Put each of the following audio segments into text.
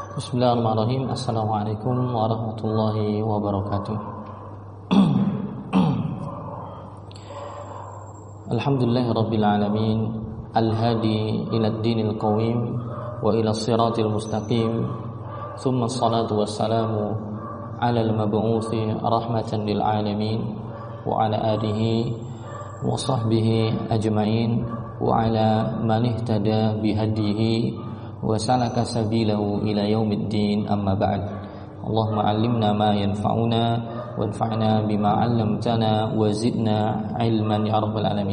Bismillahirrahmanirrahim. Assalamualaikum warahmatullahi wabarakatuh. Alhamdulillahirabbil alamin, al-hadi ila ad-dinil qawim wa ila as-siratil mustaqim. Tsumma as-salatu wassalamu ala al-mab'utsi rahmatan lil alamin wa ala alihi wa sahbihi ajma'in wa ala man ihtada bihadihi wa salaka sabilahu ila yaumiddin, amma ba'd. Allahumma 'allimna ma yanfa'una wanfa'na bima 'allamtana wa zidna ilman ya rabbal alamin.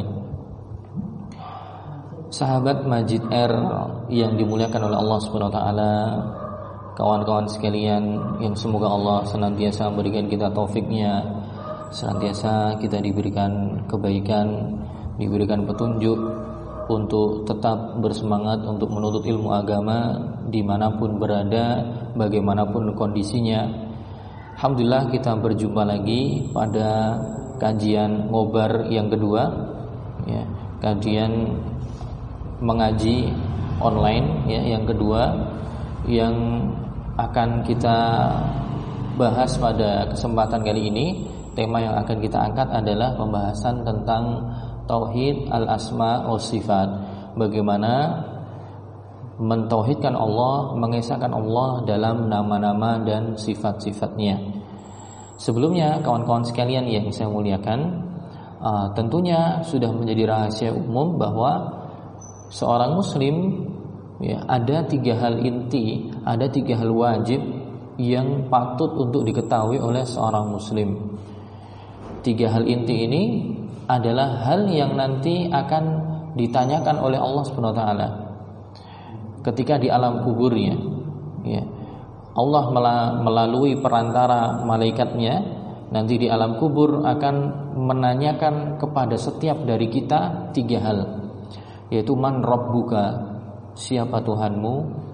Sahabat Majid Air yang dimuliakan oleh Allah Subhanahu wa taala, kawan-kawan sekalian yang semoga Allah senantiasa memberikan kita taufiknya, senantiasa kita diberikan kebaikan, diberikan petunjuk untuk tetap bersemangat untuk menuntut ilmu agama dimanapun berada, bagaimanapun kondisinya. Alhamdulillah kita berjumpa lagi pada kajian ngobar yang kedua, ya, kajian mengaji online ya, yang kedua yang akan kita bahas pada kesempatan kali ini. Tema yang akan kita angkat adalah pembahasan tentang Tauhid al-asma wa sifat. Bagaimana mentauhidkan Allah, mengesahkan Allah dalam nama-nama dan sifat-sifatnya. Sebelumnya kawan-kawan sekalian yang saya muliakan, tentunya sudah menjadi rahasia umum bahwa seorang muslim ya, ada 3 hal inti, ada 3 hal wajib yang patut untuk diketahui oleh seorang muslim. 3 hal inti ini adalah hal yang nanti akan ditanyakan oleh Allah Subhanahu wa taala ketika di alam kuburnya, ya. Allah melalui perantara malaikatnya nanti di alam kubur akan menanyakan kepada setiap dari kita 3 hal, yaitu man rabbuka, siapa Tuhanmu,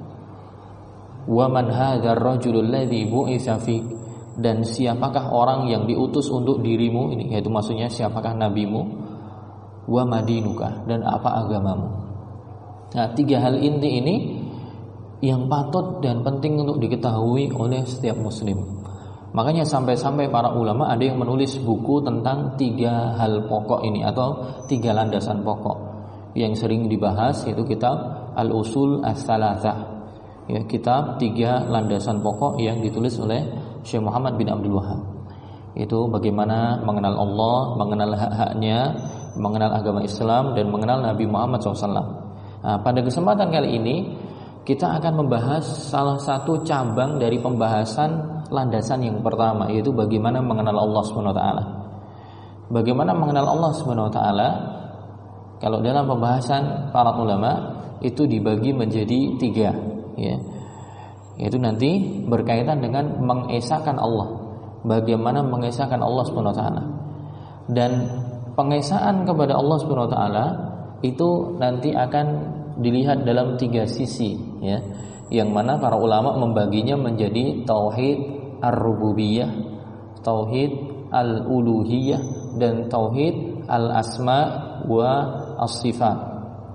wa man hadzal rajulul ladzi bu'itsa fik, dan siapakah orang yang diutus untuk dirimu, ini yaitu maksudnya siapakah nabimu, wa madinuka, dan apa agamamu. Nah, 3 hal inti ini yang patut dan penting untuk diketahui oleh setiap muslim. Makanya sampai-sampai para ulama ada yang menulis buku tentang 3 hal pokok ini atau 3 landasan pokok yang sering dibahas, yaitu kitab Al-Usul As-Salasah, ya, kitab 3 landasan pokok yang ditulis oleh Syekh Muhammad bin Abdul Wahab. Itu bagaimana mengenal Allah, mengenal hak-haknya, mengenal agama Islam, dan mengenal Nabi Muhammad SAW. Nah, pada kesempatan kali ini kita akan membahas salah satu cabang dari pembahasan landasan yang pertama, yaitu bagaimana mengenal Allah SWT. Bagaimana mengenal Allah SWT? Kalau dalam pembahasan para ulama itu dibagi menjadi 3, ya. Yaitu nanti berkaitan dengan mengesahkan Allah. Bagaimana mengesahkan Allah SWT. Dan pengesahan kepada Allah SWT itu nanti akan dilihat dalam 3 sisi, ya. Yang mana para ulama membaginya menjadi tauhid ar-rububiyah, tauhid al-uluhiyah, dan tauhid al-asma wa as-sifat.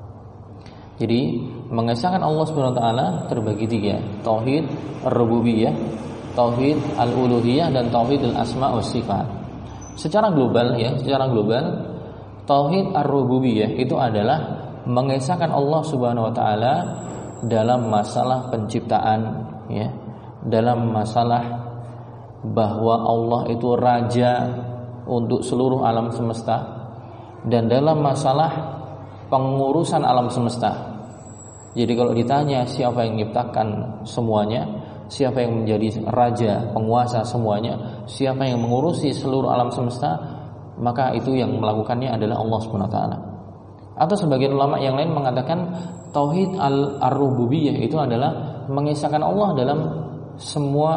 Jadi mengesahkan Allah SWT terbagi 3, tauhid ar-rububiyah, tauhid al-uluhiyah, dan tauhid al-asma wa sifat. Secara global ya, secara global tauhid ar-rububiyah itu adalah mengesahkan Allah Subhanahu wa taala dalam masalah penciptaan, ya, dalam masalah bahwa Allah itu raja untuk seluruh alam semesta, dan dalam masalah pengurusan alam semesta. Jadi kalau ditanya siapa yang menciptakan semuanya, siapa yang menjadi raja, penguasa semuanya, siapa yang mengurusi seluruh alam semesta, maka itu yang melakukannya adalah Allah Subhanahu wa taala. Atau sebagian ulama yang lain mengatakan tauhid ar-rububiyah itu adalah mengesahkan Allah dalam semua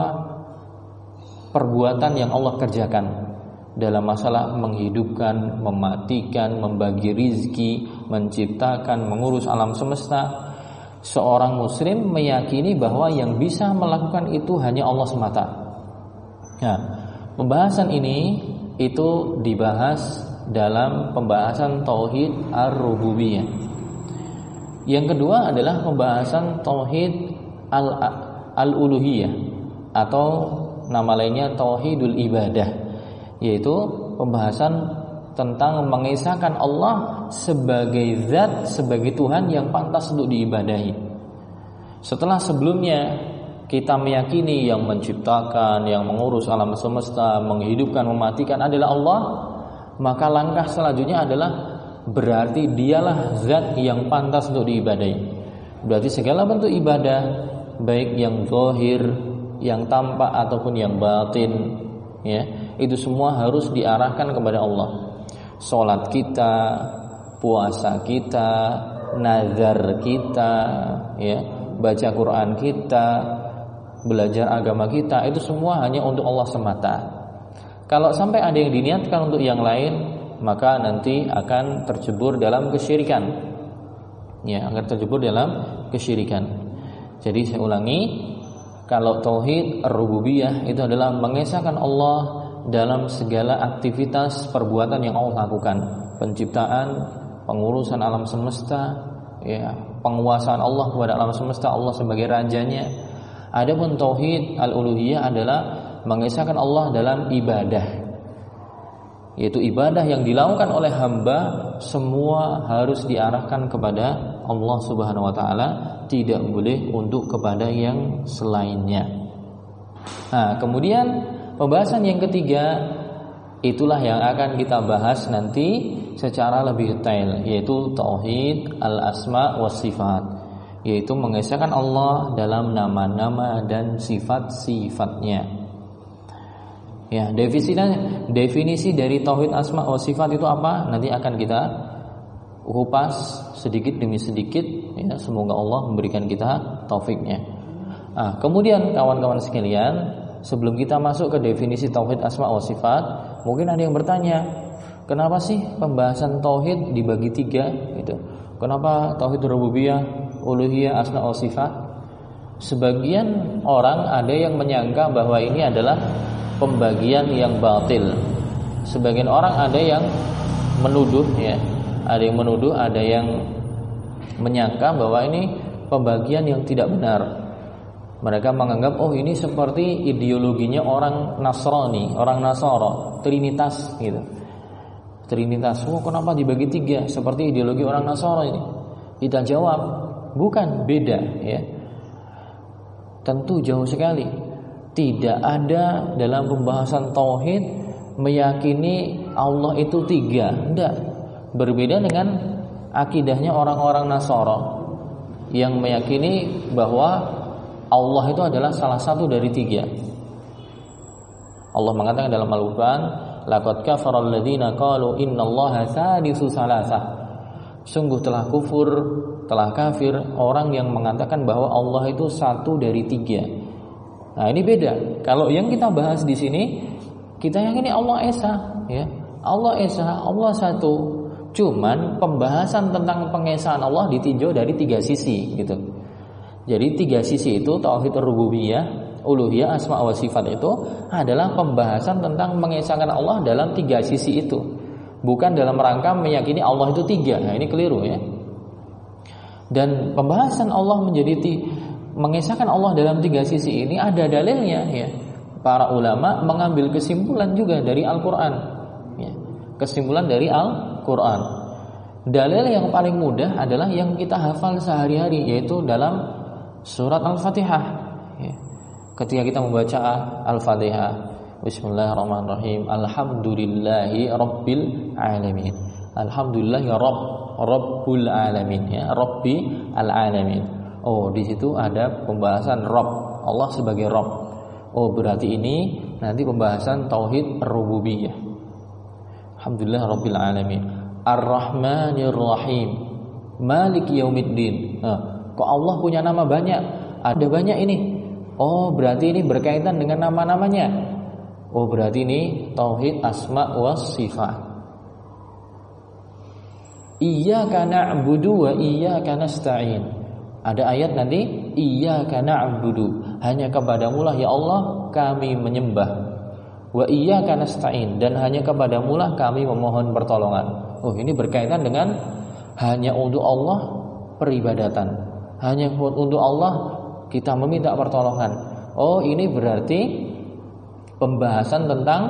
perbuatan yang Allah kerjakan, dalam masalah menghidupkan, mematikan, membagi rizki, menciptakan, mengurus alam semesta. Seorang muslim meyakini bahwa yang bisa melakukan itu hanya Allah semata. Nah, pembahasan ini itu dibahas dalam pembahasan tauhid ar-rububiyah. Yang kedua adalah pembahasan tauhid al-uluhiyah atau nama lainnya tauhidul ibadah, yaitu pembahasan tentang mengesahkan Allah sebagai zat, sebagai Tuhan yang pantas untuk diibadahi. Setelah sebelumnya kita meyakini yang menciptakan, yang mengurus alam semesta, menghidupkan, mematikan adalah Allah, maka langkah selanjutnya adalah berarti dialah zat yang pantas untuk diibadahi. Berarti segala bentuk ibadah, baik yang zahir, yang tampak ataupun yang batin, ya, itu semua harus diarahkan kepada Allah. Salat kita, puasa kita, nazar kita, ya, baca Quran kita, belajar agama kita, itu semua hanya untuk Allah semata. Kalau sampai ada yang diniatkan untuk yang lain, maka nanti akan terjebur dalam kesyirikan. Ya, akan terjebur dalam kesyirikan. Jadi saya ulangi, kalau tauhid ar-rububiyah itu adalah mengesahkan Allah dalam segala aktivitas perbuatan yang Allah lakukan, penciptaan, pengurusan alam semesta, ya, penguasaan Allah kepada alam semesta, Allah sebagai rajanya. Adapun tauhid al-uluhiyah adalah mengesahkan Allah dalam ibadah, yaitu ibadah yang dilakukan oleh hamba semua harus diarahkan kepada Allah Subhanahu wa taala, tidak boleh untuk kepada yang selainnya. Nah, kemudian pembahasan yang ketiga itulah yang akan kita bahas nanti secara lebih detail, yaitu tauhid al-asma was sifat, yaitu mengesahkan Allah dalam nama-nama dan sifat-sifatnya. Ya, definisi dari tauhid asma wa sifat itu apa? Nanti akan kita kupas sedikit demi sedikit, ya, semoga Allah memberikan kita taufiknya. Nah, kemudian kawan-kawan sekalian, sebelum kita masuk ke definisi tauhid asma wa sifat, mungkin ada yang bertanya, kenapa sih pembahasan tauhid dibagi 3 gitu? Kenapa tauhid rububiyah, uluhiyah, asma wa sifat? Sebagian orang ada yang menyangka bahwa ini adalah pembagian yang batil. Sebagian orang ada yang menuduh, ya, ada yang menuduh, ada yang menyangka bahwa ini pembagian yang tidak benar. Mereka menganggap, oh ini seperti ideologinya orang Nasrani, orang Nasara, Trinitas gitu. Trinitas, oh kenapa dibagi 3 seperti ideologi orang Nasara ini? Kita jawab, bukan, beda, ya. Tentu jauh sekali. Tidak ada dalam pembahasan tauhid meyakini Allah itu 3, tidak. Berbeda dengan akidahnya orang-orang Nasara yang meyakini bahwa Allah itu adalah salah satu dari 3. Allah mengatakan dalam Al-Quran, laqad kafara alladziina qalu innallaha tsalitsu tsalatsah. Sungguh telah kufur, telah kafir orang yang mengatakan bahwa Allah itu 1 dari 3. Nah, ini beda. Kalau yang kita bahas di sini, kita yakini Allah Esa, ya. Allah Esa, Allah 1. Cuman pembahasan tentang pengesahan Allah ditinjau dari 3 sisi gitu. Jadi 3 sisi itu tauhid rububiyah, uluhiyah, asma wa sifat itu adalah pembahasan tentang mengesahkan Allah dalam 3 sisi itu. Bukan dalam rangka meyakini Allah itu 3. Nah, ini keliru, ya. Dan pembahasan Allah mengesahkan Allah dalam 3 sisi ini ada dalilnya, ya. Para ulama mengambil kesimpulan juga dari Al-Quran, ya. Kesimpulan dari Al-Quran. Dalil yang paling mudah adalah yang kita hafal sehari-hari, yaitu dalam surat Al-Fatihah, ya. Ketika kita membaca Al-Fatihah, Bismillahirrahmanirrahim, Alhamdulillahi Rabbil Alamin. Alhamdulillahi Rabbul Alamin, ya. Rabbi Al-Alamin. Oh, di situ ada pembahasan Rabb, Allah sebagai Rabb. Oh, berarti ini nanti pembahasan tauhid rububiyah. Alhamdulillah Rabbil Alamin, Ar-Rahmanir Rahim, Malik Yaumiddin. Kok Allah punya nama banyak? Ada banyak ini. Oh, berarti ini berkaitan dengan nama-namanya. Oh, berarti ini tauhid asma wa sifat. Iyyaka na'budu wa iyyaka nasta'in. Ada ayat nanti, iyyaka na'budu, hanya kepadamulah ya Allah kami menyembah. Wa iyyaka nasta'in, dan hanya kepadamulah kami memohon pertolongan. Oh, ini berkaitan dengan hanya untuk Allah peribadatan, hanya untuk Allah kita meminta pertolongan. Oh, ini berarti pembahasan tentang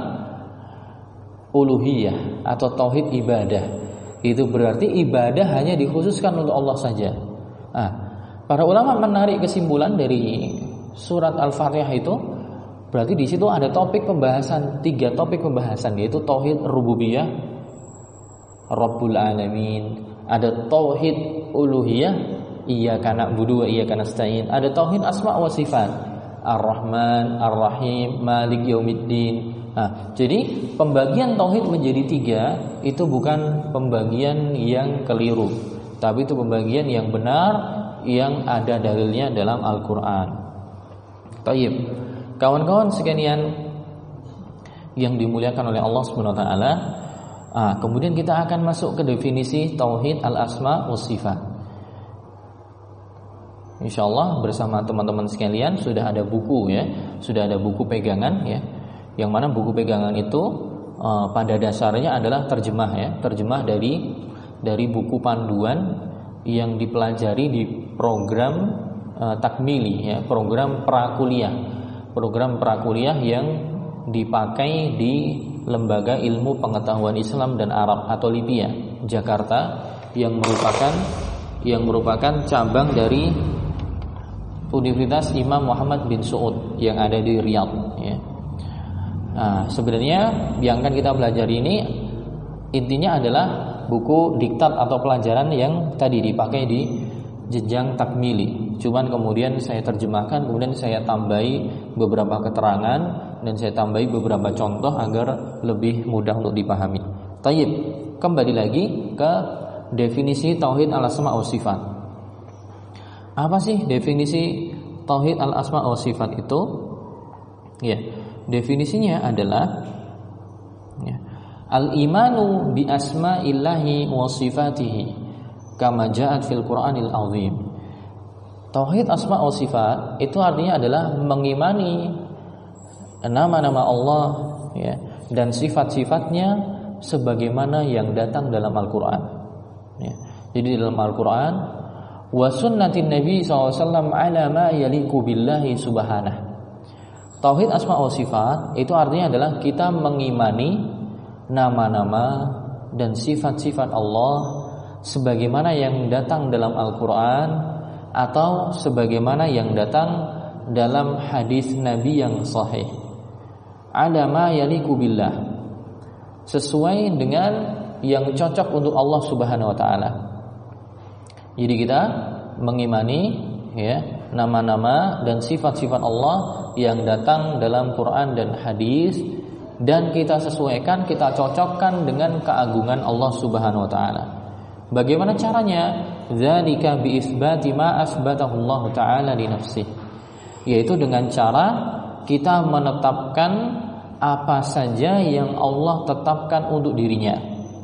uluhiyah atau tauhid ibadah. Itu berarti ibadah hanya dikhususkan untuk Allah saja. Para ulama menarik kesimpulan dari surat Al-Fatihah itu, berarti di situ ada topik pembahasan, 3 topik pembahasan, yaitu tauhid rububiyah, Rabbul Alamin, ada tauhid uluhiyah, iyyaka na'budu wa iyyaka nasta'in, ada tauhid asma wa sifat, Ar-Rahman, Ar-Rahim, Malik Yaumiddin. Jadi pembagian tauhid menjadi 3 itu bukan pembagian yang keliru, tapi itu pembagian yang benar, yang ada dalilnya dalam Al-Quran. Tayyib, kawan-kawan sekalian yang dimuliakan oleh Allah Subhanahu wa taala, kemudian kita akan masuk ke definisi tauhid al-asma wa sifat. Insyaallah bersama teman-teman sekalian sudah ada buku ya, sudah ada buku pegangan ya. Yang mana buku pegangan itu pada dasarnya adalah terjemah ya, terjemah dari buku panduan yang dipelajari di program takmili ya, program prakuliah yang dipakai di Lembaga Ilmu Pengetahuan Islam dan Arab atau LIPIA Jakarta, yang merupakan cabang dari Universitas Imam Muhammad bin Saud yang ada di Riyadh ya. Sebenarnya yang akan kita pelajari ini intinya adalah buku diktat atau pelajaran yang tadi dipakai di jenjang takmili. Cuman kemudian saya terjemahkan, kemudian saya tambahi beberapa keterangan dan saya tambahi beberapa contoh agar lebih mudah untuk dipahami. Tayyib, kembali lagi ke definisi tauhid al-asma wa sifat. Apa sih definisi tauhid al-asma wa sifat itu? Ya, definisinya adalah al-imanu bi asma'illahi wa sifatihi kama ja'at fil Qur'anil azim. Tauhid asma wa sifat itu artinya adalah mengimani nama-nama Allah ya, dan sifat-sifatnya sebagaimana yang datang dalam Al-Qur'an ya. Jadi dalam Al-Qur'an wa sunnatin Nabi SAW ala ma yaliku billahi subhanahu. Tauhid asma wa sifat itu artinya adalah kita mengimani nama-nama dan sifat-sifat Allah sebagaimana yang datang dalam Al-Quran atau sebagaimana yang datang dalam hadis Nabi yang sahih. Ada ma yaliku billah, sesuai dengan yang cocok untuk Allah Subhanahu wa taala. Jadi kita mengimani ya nama-nama dan sifat-sifat Allah yang datang dalam Quran dan hadis, dan kita sesuaikan, kita cocokkan dengan keagungan Allah Subhanahu wa taala. Bagaimana caranya? Dzalika bi isbati ma asbatahu Allah taala li nafsihi, yaitu dengan cara kita menetapkan apa saja yang Allah tetapkan untuk dirinya.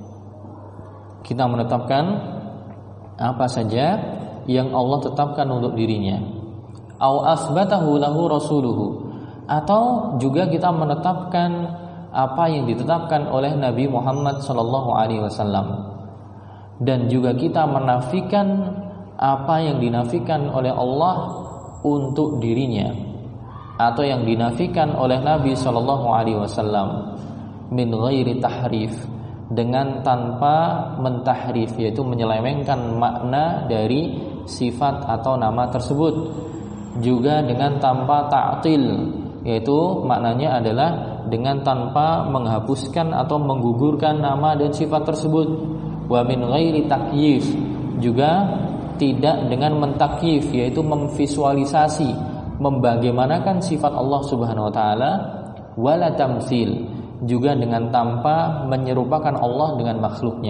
Kita menetapkan apa saja yang Allah tetapkan untuk dirinya. Au asbatahu lahu rasuluhu, atau juga kita menetapkan apa yang ditetapkan oleh Nabi Muhammad sallallahu alaihi wasallam, dan juga kita menafikan apa yang dinafikan oleh Allah untuk dirinya atau yang dinafikan oleh Nabi sallallahu alaihi wasallam min ghairi tahrif, dengan tanpa mentahrif, yaitu menyelewengkan makna dari sifat atau nama tersebut, juga dengan tanpa ta'til, yaitu maknanya adalah dengan tanpa menghapuskan atau menggugurkan nama dan sifat tersebut. Wa min ghairi takyif, juga tidak dengan mentakyif, yaitu memvisualisasi, membagaimanakan sifat Allah Subhanahu wa taala, wala tamtsil, juga dengan tanpa menyerupakan Allah dengan makhluknya.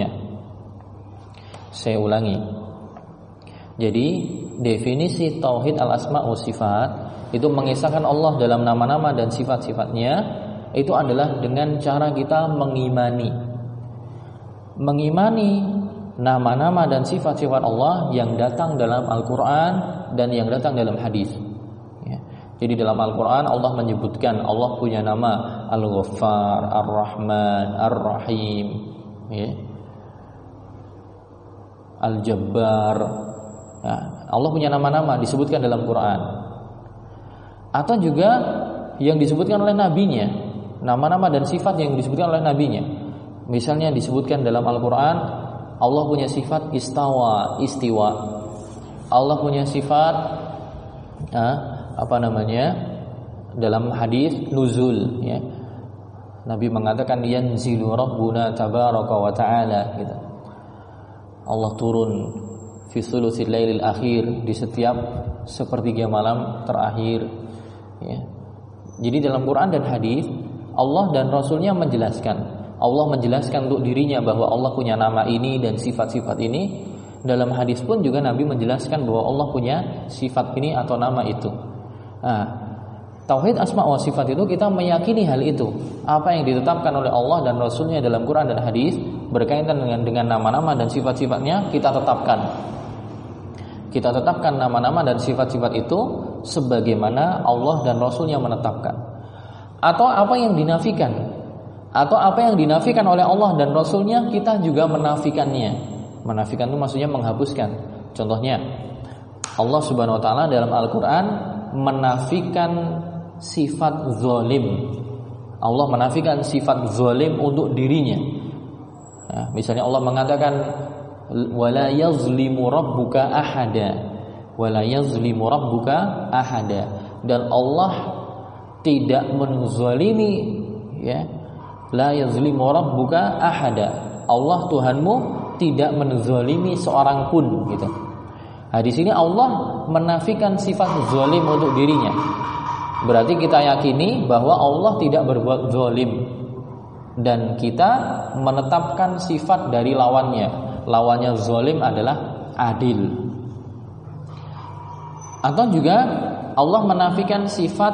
Saya ulangi. Jadi definisi tauhid al-asma wa sifat itu mengisahkan Allah dalam nama-nama dan sifat-sifatnya, itu adalah dengan cara kita mengimani nama-nama dan sifat-sifat Allah yang datang dalam Al-Quran dan yang datang dalam hadis ya. Jadi dalam Al-Quran Allah menyebutkan Allah punya nama Al-Ghaffar, Ar-Rahman, Ar-Rahim ya. Al-Jabbar ya. Allah punya nama-nama disebutkan dalam Quran atau juga yang disebutkan oleh nabinya, nama-nama dan sifat yang disebutkan oleh nabinya. Misalnya disebutkan dalam Al-Quran, Allah punya sifat istiwa. Allah punya sifat dalam hadis nuzul, ya. Nabi mengatakan yanzilu rabbuna tabaraka wa ta'ala, gitu. Allah turun fi thulutsil lailil akhir, di setiap sepertiga malam terakhir, ya. Jadi dalam Quran dan hadis Allah dan Rasulnya menjelaskan. Allah menjelaskan untuk dirinya bahwa Allah punya nama ini dan sifat-sifat ini. Dalam hadis pun juga Nabi menjelaskan bahwa Allah punya sifat ini atau nama itu. Nah, tauhid asma wa sifat itu kita meyakini hal itu. Apa yang ditetapkan oleh Allah dan Rasulnya dalam Quran dan hadis berkaitan dengan nama-nama dan sifat-sifatnya, kita tetapkan. Kita tetapkan nama-nama dan sifat-sifat itu sebagaimana Allah dan Rasulnya menetapkan. Atau apa yang dinafikan, atau apa yang dinafikan oleh Allah dan Rasulnya, kita juga menafikannya. Menafikan itu maksudnya menghapuskan. Contohnya, Allah Subhanahu wa taala dalam Al-Quran menafikan sifat zalim. Allah menafikan sifat zalim untuk dirinya. Nah, misalnya Allah mengatakan wala yazlimu rabbuka ahada, wala yazlimu rabbuka ahada, dan Allah tidak menzalimi, ya. La yazlimu rabbuka ahada, Allah Tuhanmu tidak menzalimi seorang pun, gitu. Nah, di sini Allah menafikan sifat zalim untuk dirinya. Berarti kita yakini bahwa Allah tidak berbuat zalim, dan kita menetapkan sifat dari lawannya. Lawannya zalim adalah adil. Atau juga Allah menafikan sifat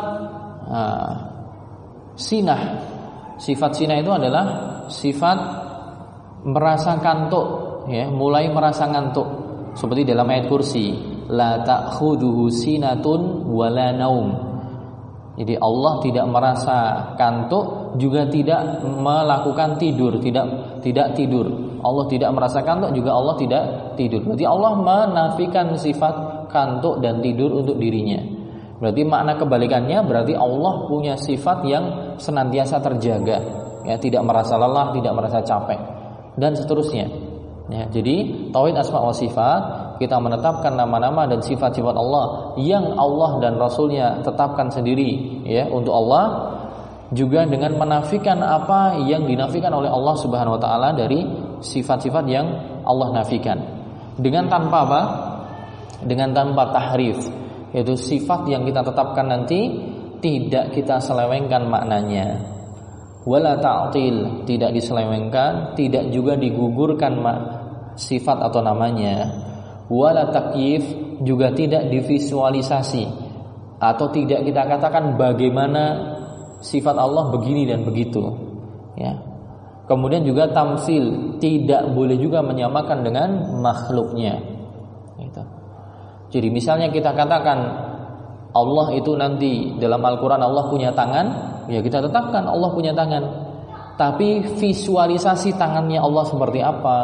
sinah. Sifat sinah itu adalah sifat merasa kantuk, ya, mulai merasa ngantuk. Seperti dalam ayat kursi, la ta'khuduhu sinatun wala naum. Jadi Allah tidak merasa kantuk, juga tidak melakukan tidur, tidak tidur. Allah tidak merasa kantuk, juga Allah tidak tidur. Berarti Allah menafikan sifat kantuk dan tidur untuk dirinya. Berarti makna kebalikannya, berarti Allah punya sifat yang senantiasa terjaga, ya, tidak merasa lelah, tidak merasa capek, dan seterusnya. Ya, jadi tauhid asma wa sifat, kita menetapkan nama-nama dan sifat-sifat Allah yang Allah dan Rasulnya tetapkan sendiri, ya, untuk Allah, juga dengan menafikan apa yang dinafikan oleh Allah Subhanahu wa taala dari sifat-sifat yang Allah nafikan. Dengan tanpa apa? Dengan tanpa tahrif, yaitu sifat yang kita tetapkan nanti tidak kita selewengkan maknanya. Wala ta'til, tidak diselewengkan, tidak juga digugurkan sifat atau namanya. Wala takyif, juga tidak divisualisasi atau tidak kita katakan bagaimana sifat Allah begini dan begitu, ya. Kemudian juga tamsil, tidak boleh juga menyamakan dengan makhluknya, gitu. Jadi misalnya kita katakan Allah itu nanti dalam Al-Quran Allah punya tangan, ya kita tetapkan Allah punya tangan. Tapi visualisasi tangannya Allah seperti apa,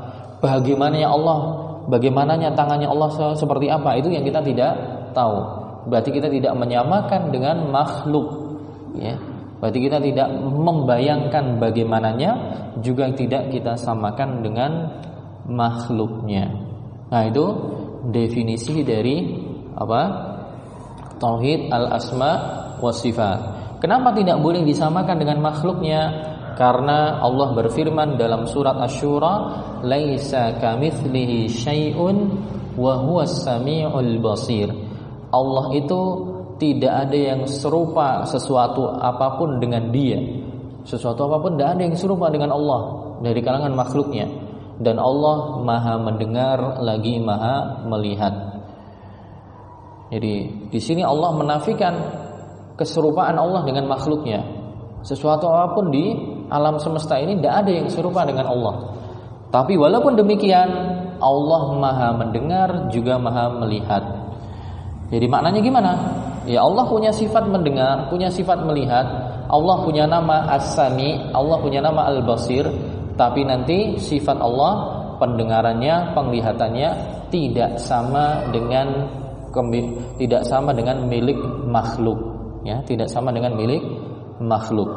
bagaimananya tangannya Allah seperti apa, itu yang kita tidak tahu. Berarti kita tidak menyamakan dengan makhluk, ya. Berarti kita tidak membayangkan bagaimananya, juga tidak kita samakan dengan makhluknya. Nah, itu definisi dari apa? Tauhid al-asma wa sifat. Kenapa tidak boleh disamakan dengan makhluknya? Karena Allah berfirman dalam surat Asy-Syura, "Laisa kamitslihi syai'un wa huwas samiul basir." Allah itu tidak ada yang serupa sesuatu apapun dengan Dia. Sesuatu apapun tidak ada yang serupa dengan Allah dari kalangan makhluknya. Dan Allah Maha mendengar lagi Maha melihat. Jadi di sini Allah menafikan keserupaan Allah dengan makhluknya. Sesuatu apapun di alam semesta ini tidak ada yang serupa dengan Allah. Tapi walaupun demikian, Allah Maha mendengar juga Maha melihat. Jadi maknanya gimana? Ya, Allah punya sifat mendengar, punya sifat melihat. Allah punya nama As-Sami, Allah punya nama Al-Basir. Tapi nanti sifat Allah, pendengarannya, penglihatannya tidak sama dengan milik makhluk. ya, tidak sama dengan milik makhluk.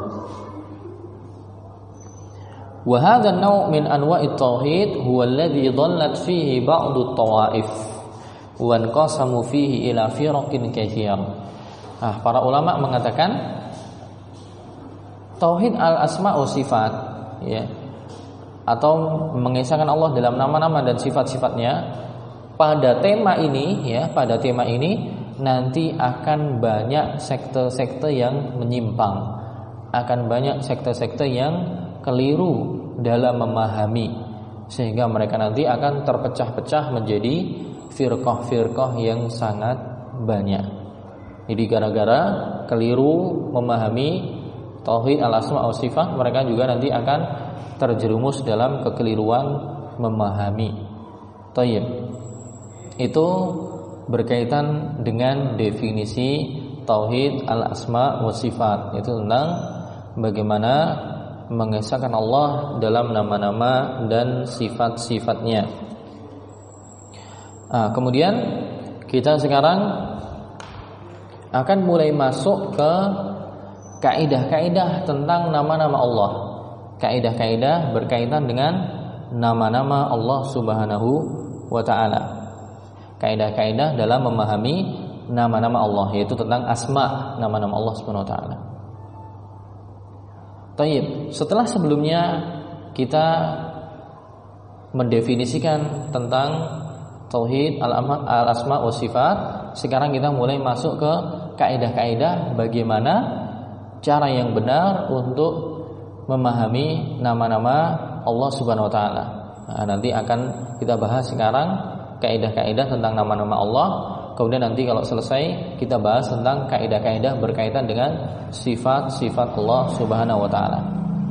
Wa hadha an-naw' min anwa'it tauhid huwa alladhi dhallat fihi ba'du at-tawa'if wa anqasamu fihi ila firaqin katsir. Para ulama mengatakan tauhid al-asma wa sifat, ya, atau mengesahkan Allah dalam nama-nama dan sifat-sifatnya, pada tema ini, ya, pada tema ini nanti akan banyak sekte-sekte yang menyimpang, akan banyak sekte-sekte yang keliru dalam memahami, sehingga mereka nanti akan terpecah-pecah menjadi firqah-firqah yang sangat banyak. Jadi gara-gara keliru memahami tauhid al-asma wa sifat, mereka juga nanti akan terjerumus dalam kekeliruan memahami. Thayyib. Itu berkaitan dengan definisi tauhid al-asma wa sifat, itu tentang bagaimana mengesahkan Allah dalam nama-nama dan sifat-sifatnya. Kemudian kita sekarang akan mulai masuk ke kaidah-kaidah tentang nama-nama Allah. Kaidah-kaidah berkaitan dengan nama-nama Allah Subhanahu wa ta'ala. Kaidah-kaidah dalam memahami nama-nama Allah, yaitu tentang asma, nama-nama Allah Subhanahu wa ta'ala. Tayyib, setelah sebelumnya kita mendefinisikan tentang tauhid al-asma wa sifat, sekarang kita mulai masuk ke kaidah-kaidah bagaimana cara yang benar untuk memahami nama-nama Allah Subhanahu wa taala. Nanti akan kita bahas sekarang kaidah-kaidah tentang nama-nama Allah. Kemudian nanti kalau selesai kita bahas tentang kaidah-kaidah berkaitan dengan sifat-sifat Allah Subhanahu wa taala.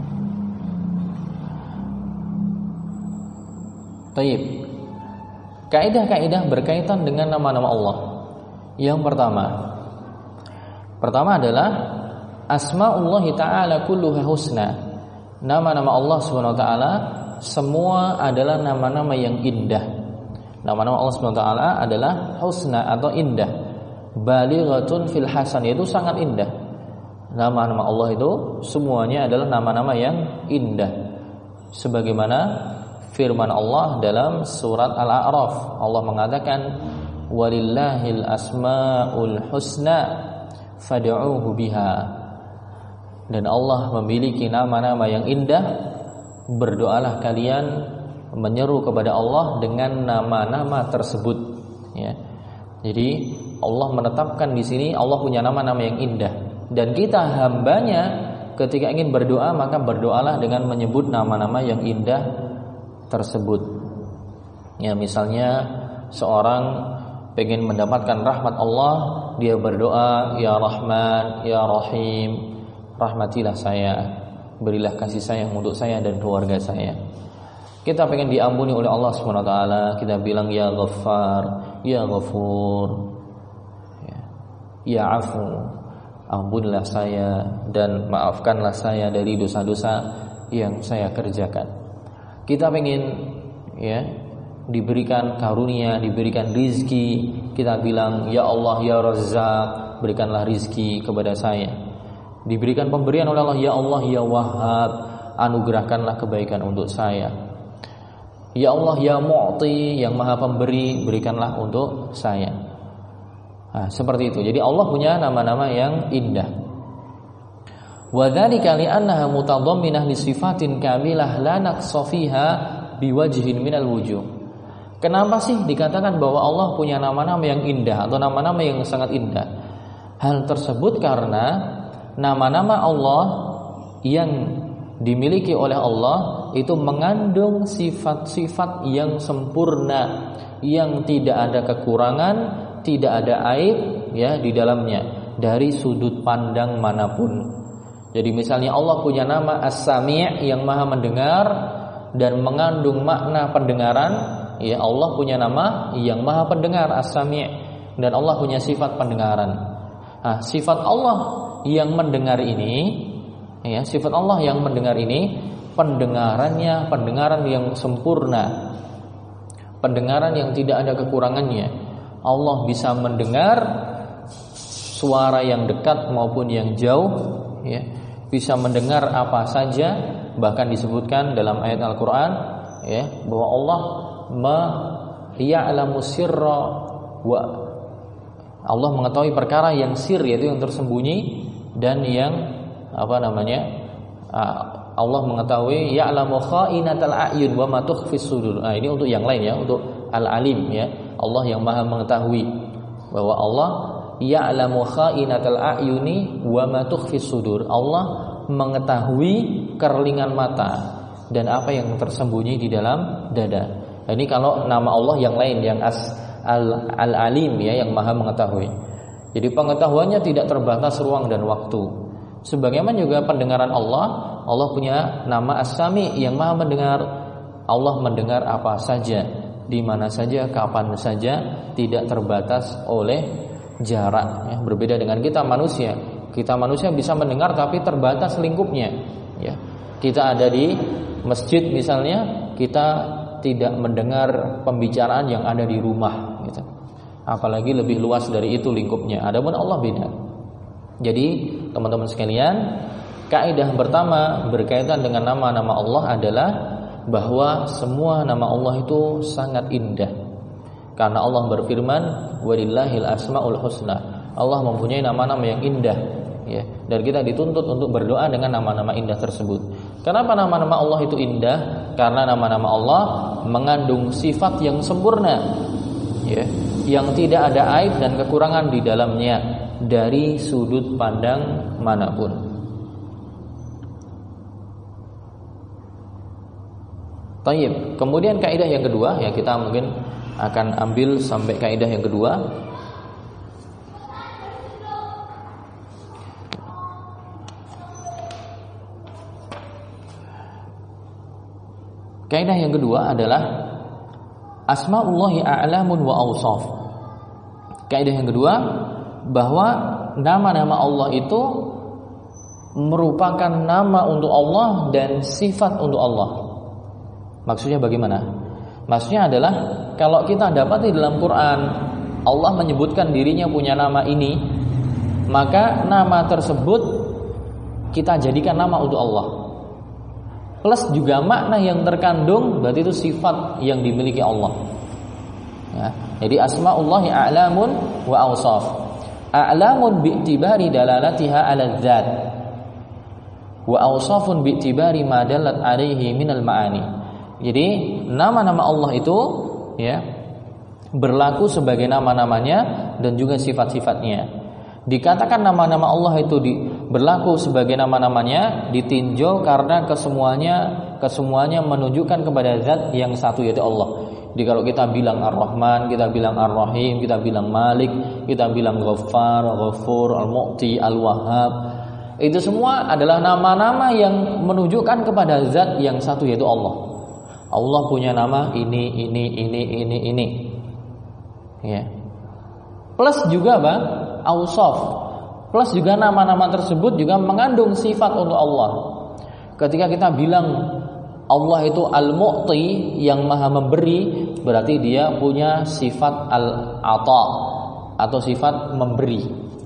Baik. Kaidah-kaidah berkaitan dengan nama-nama Allah. Yang pertama adalah asma'ullah ta'ala kulluha husna. Nama-nama Allah Subhanahu wa taala semua adalah nama-nama yang indah. Nama-nama Allah Subhanahu wa taala adalah husna atau indah. Balighatun fil hasan, yaitu sangat indah. Nama-nama Allah itu semuanya adalah nama-nama yang indah. Sebagaimana firman Allah dalam surat Al-A'raf, Allah mengatakan walillahil asmaul husna fad'uuhu biha. Dan Allah memiliki nama-nama yang indah, berdoalah kalian menyeru kepada Allah dengan nama-nama tersebut, ya. Jadi Allah menetapkan di sini Allah punya nama-nama yang indah, dan kita hambanya ketika ingin berdoa maka berdoalah dengan menyebut nama-nama yang indah tersebut. Ya, misalnya seorang pengen mendapatkan rahmat Allah, dia berdoa, ya Rahman, ya Rahim, rahmatilah saya, berilah kasih sayang untuk saya dan keluarga saya. Kita pengen diampuni oleh Allah Subhanahu wa taala, kita bilang ya Ghaffar, ya Ghafur, ya Afu, ampunilah saya dan maafkanlah saya dari dosa-dosa yang saya kerjakan. Kita pengen, ya, diberikan karunia, diberikan rizki, kita bilang ya Allah ya Razzaq, berikanlah rizki kepada saya. Diberikan pemberian oleh Allah, ya Allah ya Wahhab, anugerahkanlah kebaikan untuk saya. Ya Allah ya Mu'ti, yang maha pemberi, berikanlah untuk saya. Seperti itu. Jadi Allah punya nama-nama yang indah. Wa dzalika li'annaha mutadamminah li sifatin kamilah la naqsa fiha biwajhin minal wujuh. Kenapa sih dikatakan bahwa Allah punya nama-nama yang indah atau nama-nama yang sangat indah? Hal tersebut karena nama-nama Allah yang dimiliki oleh Allah itu mengandung sifat-sifat yang sempurna, yang tidak ada kekurangan, tidak ada aib, ya, di dalamnya dari sudut pandang manapun. Jadi misalnya Allah punya nama As-Sami' yang maha mendengar dan mengandung makna pendengaran, ya, Allah punya nama yang maha pendengar As-Sami', dan Allah punya sifat pendengaran. Sifat Allah yang mendengar ini, ya, sifat Allah yang mendengar ini pendengarannya pendengaran yang sempurna, pendengaran yang tidak ada kekurangannya. Allah bisa mendengar suara yang dekat maupun yang jauh, ya, bisa mendengar apa saja. Bahkan disebutkan dalam ayat Al-Quran, ya, bahwa Allah ya'lamu sirra wa, Allah mengetahui perkara yang sir, yaitu yang tersembunyi, dan yang Allah mengetahui ya'lamu kha'inatal a'yun wa ma tukhfis sudur. Ini untuk yang lain, ya, untuk Al-Alim, ya. Allah yang Maha mengetahui, bahwa Allah ya'lamu kha'inatal a'yuni wa ma tukhfis sudur. Allah mengetahui kerlingan mata dan apa yang tersembunyi di dalam dada. Ini kalau nama Allah yang lain, yang Al-Alim, ya, yang Maha mengetahui. Jadi pengetahuannya tidak terbatas ruang dan waktu. Sebagaimana juga pendengaran Allah punya nama As-Sami, yang Maha mendengar. Allah mendengar apa saja, di mana saja, kapan saja, tidak terbatas oleh jarak, ya. Berbeda dengan kita manusia. Kita manusia bisa mendengar tapi terbatas lingkupnya, ya. Kita ada di masjid misalnya, kita tidak mendengar pembicaraan yang ada di rumah, gitu. Apalagi lebih luas dari itu lingkupnya. Adapun Allah beda. Jadi teman-teman sekalian, kaidah pertama berkaitan dengan nama-nama Allah adalah bahwa semua nama Allah itu sangat indah. Karena Allah berfirman, walillahil asmaul husna. Allah mempunyai nama-nama yang indah, ya. Dan kita dituntut untuk berdoa dengan nama-nama indah tersebut. Kenapa nama-nama Allah itu indah? Karena nama-nama Allah mengandung sifat yang sempurna, ya, yang tidak ada aib dan kekurangan di dalamnya dari sudut pandang manapun. Tayyib. Kemudian kaidah yang kedua, ya, kita mungkin akan ambil sampai kaidah yang kedua. Kaidah yang kedua adalah asmaullahi a'lamun wa awsaf. Kaidah yang kedua, bahwa nama-nama Allah itu merupakan nama untuk Allah dan sifat untuk Allah. Maksudnya bagaimana? Maksudnya adalah kalau kita dapati dalam Quran Allah menyebutkan dirinya punya nama ini, maka nama tersebut kita jadikan nama untuk Allah. Plus juga makna yang terkandung, berarti itu sifat yang dimiliki Allah, ya. Jadi asmaullahi a'lamun wa awsaf. A'lamun bi'tibari dalalatiha 'ala dzat, wa awsafun bi'tibari ma dalat 'alaihi minal ma'ani. Jadi nama-nama Allah itu, ya, berlaku sebagai nama-namanya dan juga sifat-sifatnya. Dikatakan nama-nama Allah itu berlaku sebagai nama-namanya ditinjau karena kesemuanya menunjukkan kepada zat yang satu, yaitu Allah. Jadi kalau kita bilang Ar-Rahman, kita bilang Ar-Rahim, kita bilang Malik, kita bilang Ghaffar, Ghafur, Al-Mu'ti, Al-Wahhab, itu semua adalah nama-nama yang menunjukkan kepada zat yang satu, yaitu Allah. Allah punya nama ini, ya. Plus juga apa? Awsaf. Plus juga nama-nama tersebut juga mengandung sifat untuk Allah. Ketika kita bilang Allah itu Al-Mu'ti, yang Maha memberi, berarti dia punya sifat Al-Ata atau sifat memberi.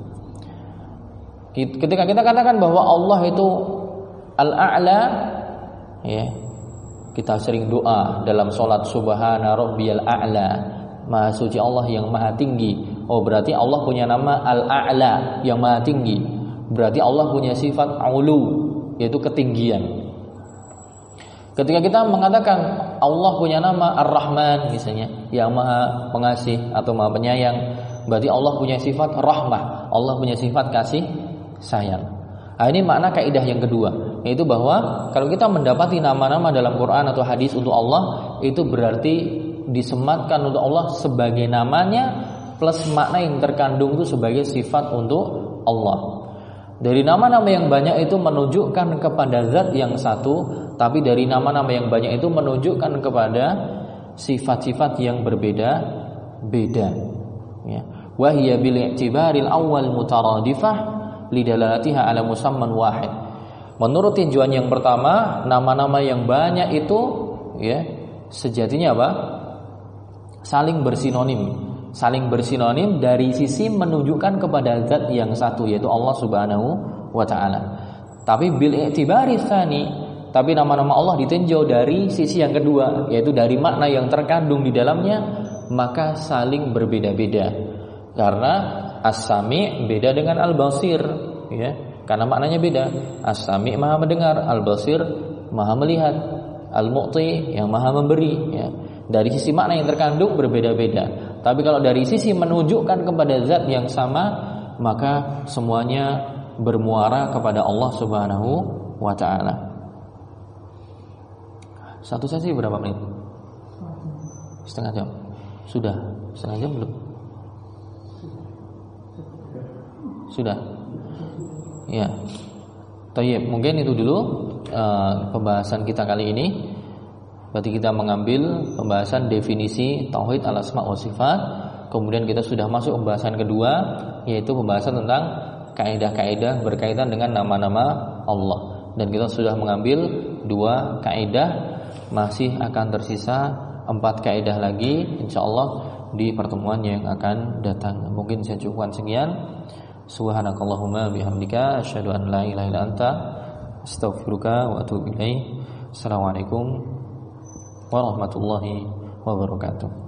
Ketika kita katakan bahwa Allah itu Al-A'la, ya, kita sering doa dalam sholat, Subhana Rabbiyal A'la, Maha suci Allah yang maha tinggi. Oh, berarti Allah punya nama Al-A'la, yang maha tinggi. Berarti Allah punya sifat Ulu, yaitu ketinggian. Ketika kita mengatakan Allah punya nama Ar-Rahman misalnya, yang maha pengasih atau maha penyayang, berarti Allah punya sifat Rahmah, Allah punya sifat kasih sayang. Nah, ini makna kaidah yang kedua, yaitu bahwa kalau kita mendapati nama-nama dalam Quran atau hadis untuk Allah, itu berarti disematkan untuk Allah sebagai namanya, plus makna yang terkandung itu sebagai sifat untuk Allah. Dari nama-nama yang banyak itu menunjukkan kepada zat yang satu, tapi dari nama-nama yang banyak itu menunjukkan kepada sifat-sifat yang berbeda-beda, ya. Wa hiya bil i'tibaril awwal mutaradifah lidalalatiha ala musamman wahid. Menurut tinjauan yang pertama, nama-nama yang banyak itu, ya, sejatinya apa? Saling bersinonim, saling bersinonim dari sisi menunjukkan kepada zat yang satu, yaitu Allah Subhanahu wa taala. Tapi bil i'tibari tsani, tapi nama-nama Allah ditinjau dari sisi yang kedua, yaitu dari makna yang terkandung di dalamnya, maka saling berbeda-beda. Karena As-Sami' beda dengan Al-Basir, ya. Karena maknanya beda. As-Sami' Maha mendengar, Al-Basir Maha melihat, Al-Mu'ti yang Maha memberi, ya. Dari sisi makna yang terkandung berbeda-beda. Tapi kalau dari sisi menunjukkan kepada zat yang sama, maka semuanya bermuara kepada Allah Subhanahu wa taala. Satu sesi berapa menit? Setengah jam. Sudah? Setengah jam belum? Sudah. Ya. Tayyib, mungkin itu dulu pembahasan kita kali ini. Berarti kita mengambil pembahasan definisi tauhid al-asma wa sifat. Kemudian kita sudah masuk pembahasan kedua, yaitu pembahasan tentang kaidah-kaidah berkaitan dengan nama-nama Allah. Dan kita sudah mengambil 2 kaidah, masih akan tersisa 4 kaidah lagi insyaallah di pertemuan yang akan datang. Mungkin saya cukupkan sekian. Subhanakallahumma bihamdika asyhadu an la ilaha illa anta astaghfiruka wa atubu ilaik. Assalamualaikum warahmatullahi wabarakatuh.